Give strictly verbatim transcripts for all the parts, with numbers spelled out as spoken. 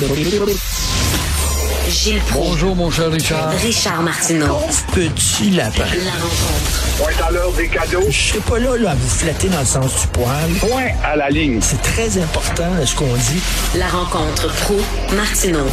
Gilles Proulx. Bonjour, mon cher Richard. Richard Martineau. Pauvre petit lapin. La rencontre. Point à l'heure des cadeaux. Je serai pas là, là à vous flatter dans le sens du poil. Point à la ligne. C'est très important, ce qu'on dit. La rencontre Proulx-Martineau.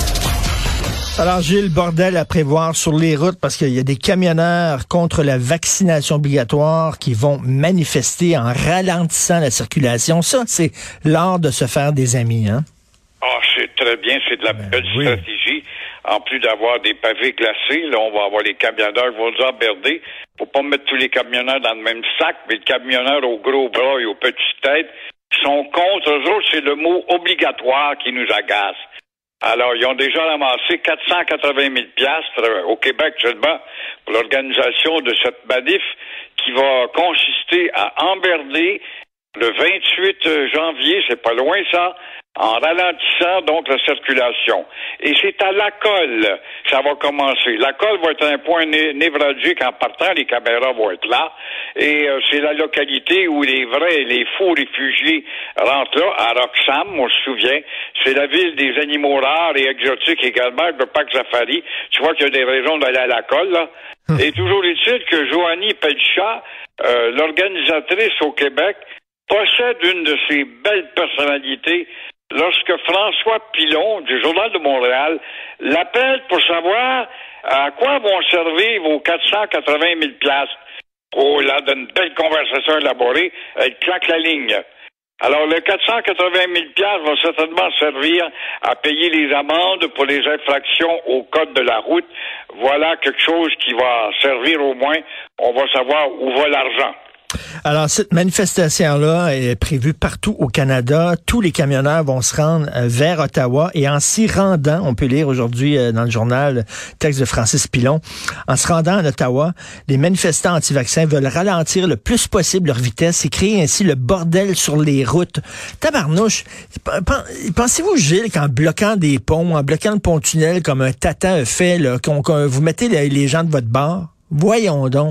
Alors, Gilles, bordel à prévoir sur les routes parce qu'il y a des camionneurs contre la vaccination obligatoire qui vont manifester en ralentissant la circulation. Ça, c'est l'art de se faire des amis, hein? Ah, c'est très bien, c'est de la ben, belle oui. stratégie. En plus d'avoir des pavés glacés, là, on va avoir les camionneurs qui vont nous emmerder. Faut pas mettre tous les camionneurs dans le même sac, mais les camionneurs aux gros bras et aux petites têtes qui sont contre eux autres, c'est le mot obligatoire qui nous agace. Alors, ils ont déjà ramassé quatre cent quatre-vingt mille piastres au Québec seulement pour l'organisation de cette manif qui va consister à emmerder le vingt-huit janvier, c'est pas loin ça, en ralentissant donc la circulation. Et c'est à Lacolle que ça va commencer. Lacolle va être un point né- névralgique en partant, les caméras vont être là, et euh, c'est la localité où les vrais, les faux réfugiés rentrent là, à Roxham, on se souvient. C'est la ville des animaux rares et exotiques également, le parc Safari. Tu vois qu'il y a des raisons d'aller à Lacolle, là. Et toujours est-il que Joanie Pelchat, euh, l'organisatrice au Québec, possède une de ces belles personnalités lorsque François Pilon, du Journal de Montréal, l'appelle pour savoir à quoi vont servir vos quatre cent quatre-vingt mille piastres. Oh, là, d'une belle conversation élaborée, elle claque la ligne. Alors, le quatre cent quatre-vingt mille piastres va certainement servir à payer les amendes pour les infractions au code de la route. Voilà quelque chose qui va servir au moins. On va savoir où va l'argent. Alors, cette manifestation-là est prévue partout au Canada. Tous les camionneurs vont se rendre euh, vers Ottawa et en s'y rendant, on peut lire aujourd'hui euh, dans le journal, texte de Francis Pilon, en se rendant à Ottawa, les manifestants anti-vaccins veulent ralentir le plus possible leur vitesse et créer ainsi le bordel sur les routes. Tabarnouche, pensez-vous, Gilles, qu'en bloquant des ponts, en bloquant le pont-tunnel comme un tata a fait, là, qu'on, qu'on, vous mettez les, les gens de votre bord? Voyons donc.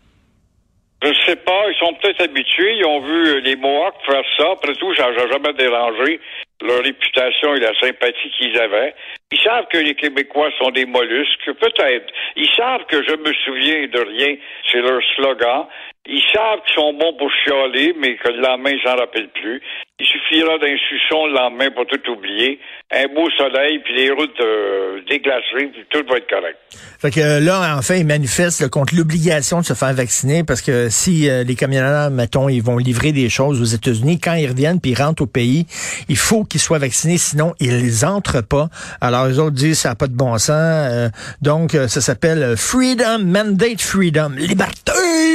Je sais pas, ils sont peut-être habitués, ils ont vu les Mohawks faire ça, après tout, ça n'a jamais dérangé leur réputation et la sympathie qu'ils avaient. Ils savent que les Québécois sont des mollusques, peut-être. Ils savent que je me souviens de rien, c'est leur slogan. Ils savent qu'ils sont bons pour chialer, mais que le lendemain, ils s'en rappellent plus. Il suffira d'un suçon le lendemain pour tout oublier. Un beau soleil, puis les routes euh, déglacées, puis tout va être correct. Fait que là, enfin, ils manifestent là, contre l'obligation de se faire vacciner parce que si euh, les camionneurs, mettons, ils vont livrer des choses aux États-Unis, quand ils reviennent puis ils rentrent au pays, il faut qu'ils soient vaccinés, sinon ils entrent pas. Alors, les autres disent ça n'a pas de bon sens. Euh, donc, euh, ça s'appelle Freedom, Mandate Freedom. Liberté!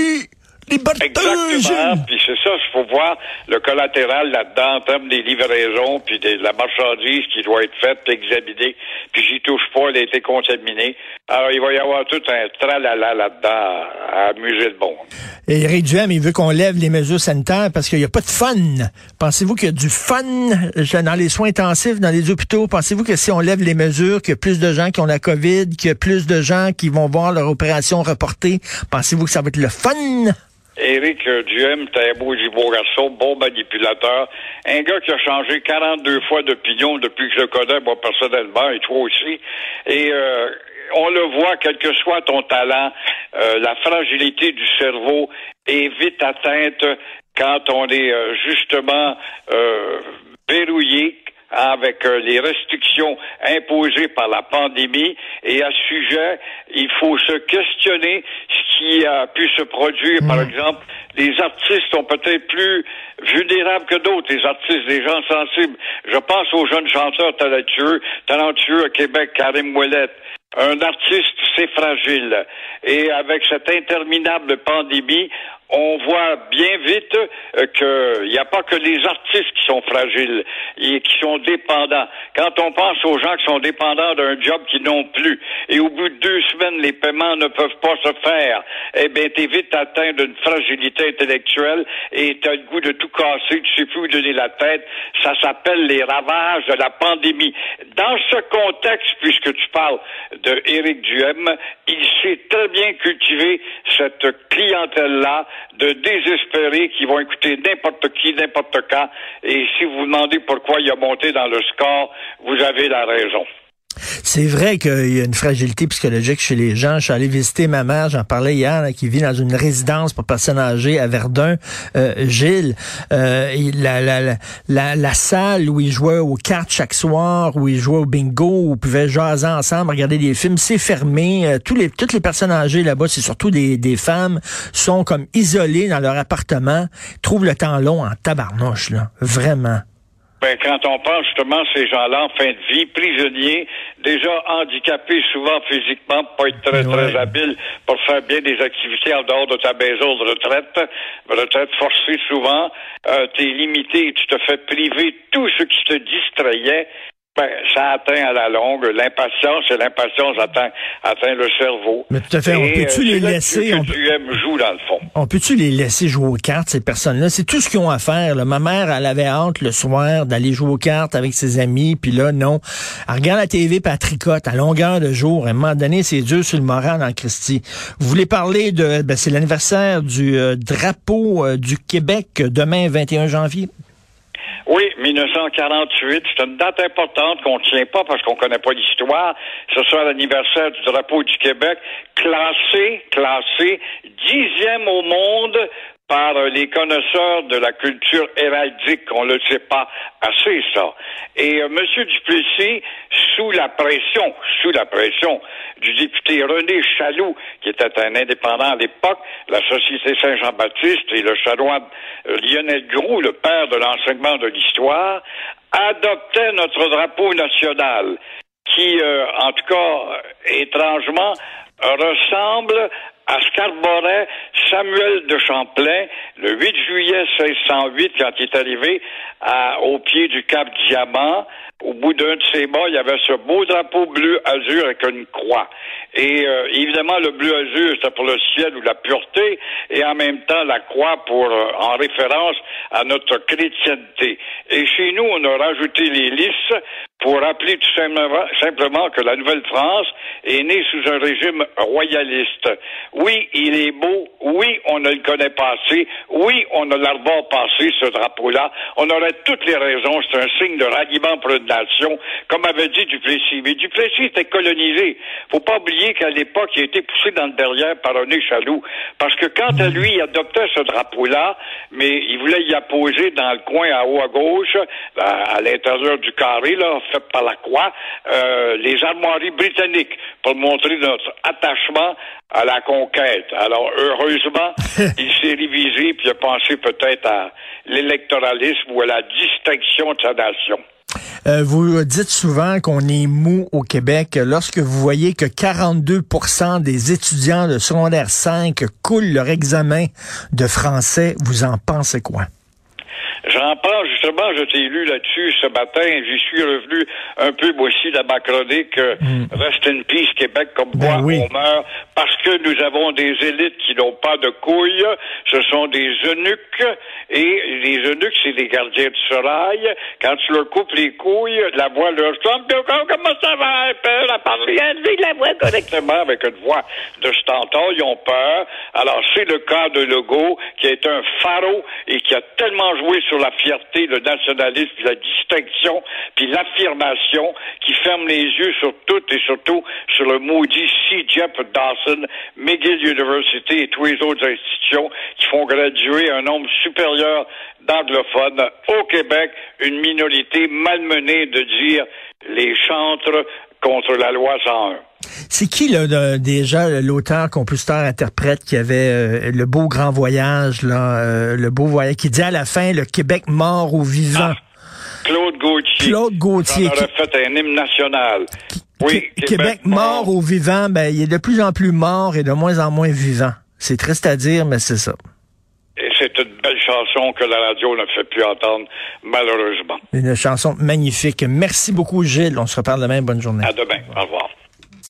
Liberté! Exactement, puis c'est ça, il faut voir le collatéral là-dedans en termes des livraisons, puis de la marchandise qui doit être faite, examinée, puis j'y touche pas, elle a été contaminée. Alors, il va y avoir tout un tralala là-dedans à, à amuser le bon. Et Éric Duhem, il veut qu'on lève les mesures sanitaires parce qu'il n'y a pas de fun. Pensez-vous qu'il y a du fun dans les soins intensifs, dans les hôpitaux? Pensez-vous que si on lève les mesures, qu'il y a plus de gens qui ont la COVID, qu'il y a plus de gens qui vont voir leur opération reportée? Pensez-vous que ça va être le fun? Éric Duhem, t'es un beau, beau garçon, bon manipulateur. Un gars qui a changé quarante-deux fois d'opinion depuis que je le connais, moi, personnellement, et toi aussi. Et euh, on le voit, quel que soit ton talent, euh, la fragilité du cerveau est vite atteinte quand on est euh, justement euh, verrouillé avec euh, les restrictions imposées par la pandémie. Et à ce sujet, il faut se questionner ce qui a pu se produire. Mmh. Par exemple, les artistes sont peut-être plus vulnérables que d'autres, les artistes, les gens sensibles. Je pense aux jeunes chanteurs talentueux, talentueux à Québec, Karim Ouellet. Un artiste, c'est fragile. Et avec cette interminable pandémie, on voit bien vite euh, qu'il n'y a pas que les artistes qui sont fragiles et qui sont dépendants. Quand on pense aux gens qui sont dépendants d'un job qu'ils n'ont plus, et au bout de deux semaines, les paiements ne peuvent pas se faire, eh bien, t'es vite atteint d'une fragilité intellectuelle et t'as le goût de tout casser, tu sais plus où donner la tête. Ça s'appelle les ravages de la pandémie. Dans ce contexte, puisque tu parles de Éric Duhem, il sait très bien cultiver cette clientèle-là de désespérés qui vont écouter n'importe qui, n'importe quand. Et si vous vous demandez pourquoi il a monté dans le score, vous avez la raison. C'est vrai qu'il y a une fragilité psychologique chez les gens. Je suis allé visiter ma mère, j'en parlais hier, là, qui vit dans une résidence pour personnes âgées à Verdun. Euh, Gilles, euh, la, la, la, la, la salle où ils jouaient aux cartes chaque soir, où ils jouaient au bingo, où ils pouvaient jaser ensemble, regarder des films, c'est fermé. Euh, tous les, toutes les personnes âgées là-bas, c'est surtout des, des femmes, sont comme isolées dans leur appartement, trouvent le temps long en tabarnouche, là, vraiment. Ben, quand on pense justement ces gens-là en fin de vie, prisonniers, déjà handicapés souvent physiquement, pas être très, ouais. très habiles pour faire bien des activités en dehors de ta maison de retraite, retraite forcée souvent, euh, t'es limité, tu te fais priver tout ce qui te distrayait. Ben, ça atteint à la longue l'impatience, et l'impatience atteint, atteint le cerveau. Mais tout à fait, et on peut-tu euh, les laisser... Que on tu aimes joue dans le fond. On peut-tu les laisser jouer aux cartes, ces personnes-là? C'est tout ce qu'ils ont à faire, là. Ma mère, elle avait hâte le soir d'aller jouer aux cartes avec ses amis, puis là, non. Elle regarde la T V, puis elle tricote à longueur de jour. À un moment donné, c'est dur sur le moral en Christie. Vous voulez parler de... Ben, c'est l'anniversaire du euh, drapeau euh, du Québec, demain, vingt et un janvier. Oui, dix-neuf cent quarante-huit, c'est une date importante qu'on ne tient pas parce qu'on connaît pas l'histoire. Ce sera l'anniversaire du drapeau du Québec, classé, classé, dixième au monde par les connaisseurs de la culture héraldique. On ne le sait pas assez, ça. Et euh, M. Duplessis, sous la pression, sous la pression du député René Chaloux, qui était un indépendant à l'époque, la Société Saint-Jean-Baptiste, et le chanoine euh, Lionel Groulx, le père de l'enseignement de l'histoire, adoptait notre drapeau national, qui, euh, en tout cas, étrangement, ressemble à ce qu'arborait Samuel de Champlain le huit juillet seize cent huit, quand il est arrivé à, au pied du Cap Diamant. Au bout d'un de ses mâts, il y avait ce beau drapeau bleu-azur avec une croix. Et euh, évidemment, le bleu-azur, c'était pour le ciel ou la pureté, et en même temps, la croix pour euh, en référence à notre chrétienté. Et chez nous, on a rajouté les lys pour rappeler tout simplement, simplement que la Nouvelle-France est née sous un régime royaliste. Oui, il est beau. Oui, on ne le connaît pas assez. Oui, on ne l'arbore pas assez, ce drapeau-là. On aurait toutes les raisons. C'est un signe de ralliement pour une nation, comme avait dit Duplessis. Mais Duplessis était colonisé. Faut pas oublier qu'à l'époque, il a été poussé dans le derrière par René Chaloux. Parce que quand à lui, il adoptait ce drapeau-là, mais il voulait y apposer dans le coin à haut à gauche, à, à l'intérieur du carré, là, fait par la croix, euh, les armoiries britanniques, pour montrer notre attachement à la conquête. Alors, heureusement, il s'est révisé puis il a pensé peut-être à l'électoralisme ou à la distinction de sa nation. Euh, vous dites souvent qu'on est mou au Québec. Lorsque vous voyez que quarante-deux pour cent des étudiants de secondaire cinq coulent leur examen de français, vous en pensez quoi? J'en prends justement, je t'ai lu là-dessus ce matin, j'y suis revenu un peu moi aussi dans ma chronique euh, mm. Rest in Peace Québec, comme quoi ben oui. on meurt parce que nous avons des élites qui n'ont pas de couilles, ce sont des eunuques, et les eunuques, c'est des gardiens de serail. Quand tu leur coupes les couilles, la voix leur chante, comment ça va, un peu, la parler, la voix correctement avec une voix de stentor, ils ont peur. Alors c'est le cas de Legault, qui est un pharaon et qui a tellement joué sur la fierté, le nationalisme, puis la distinction, puis l'affirmation, qui ferme les yeux sur tout et surtout sur le maudit C J E P, Dawson, McGill University et tous les autres institutions qui font graduer un nombre supérieur d'anglophones au Québec, une minorité malmenée de dire les chantres contre la loi cent un. C'est qui, là, de, déjà, l'auteur, compositeur, interprète qui avait euh, le beau grand voyage, là, euh, le beau voyage, qui dit à la fin, le Québec mort ou vivant? Ah, Claude Gauthier. Claude Gauthier. On aurait qui... fait un hymne national. Oui, Québec, Québec mort, mort ou vivant, ben, il est de plus en plus mort et de moins en moins vivant. C'est triste à dire, mais c'est ça. Et c'est une belle chanson que la radio ne fait plus entendre, malheureusement. Une chanson magnifique. Merci beaucoup, Gilles. On se reparle demain. Bonne journée. À demain. Au revoir.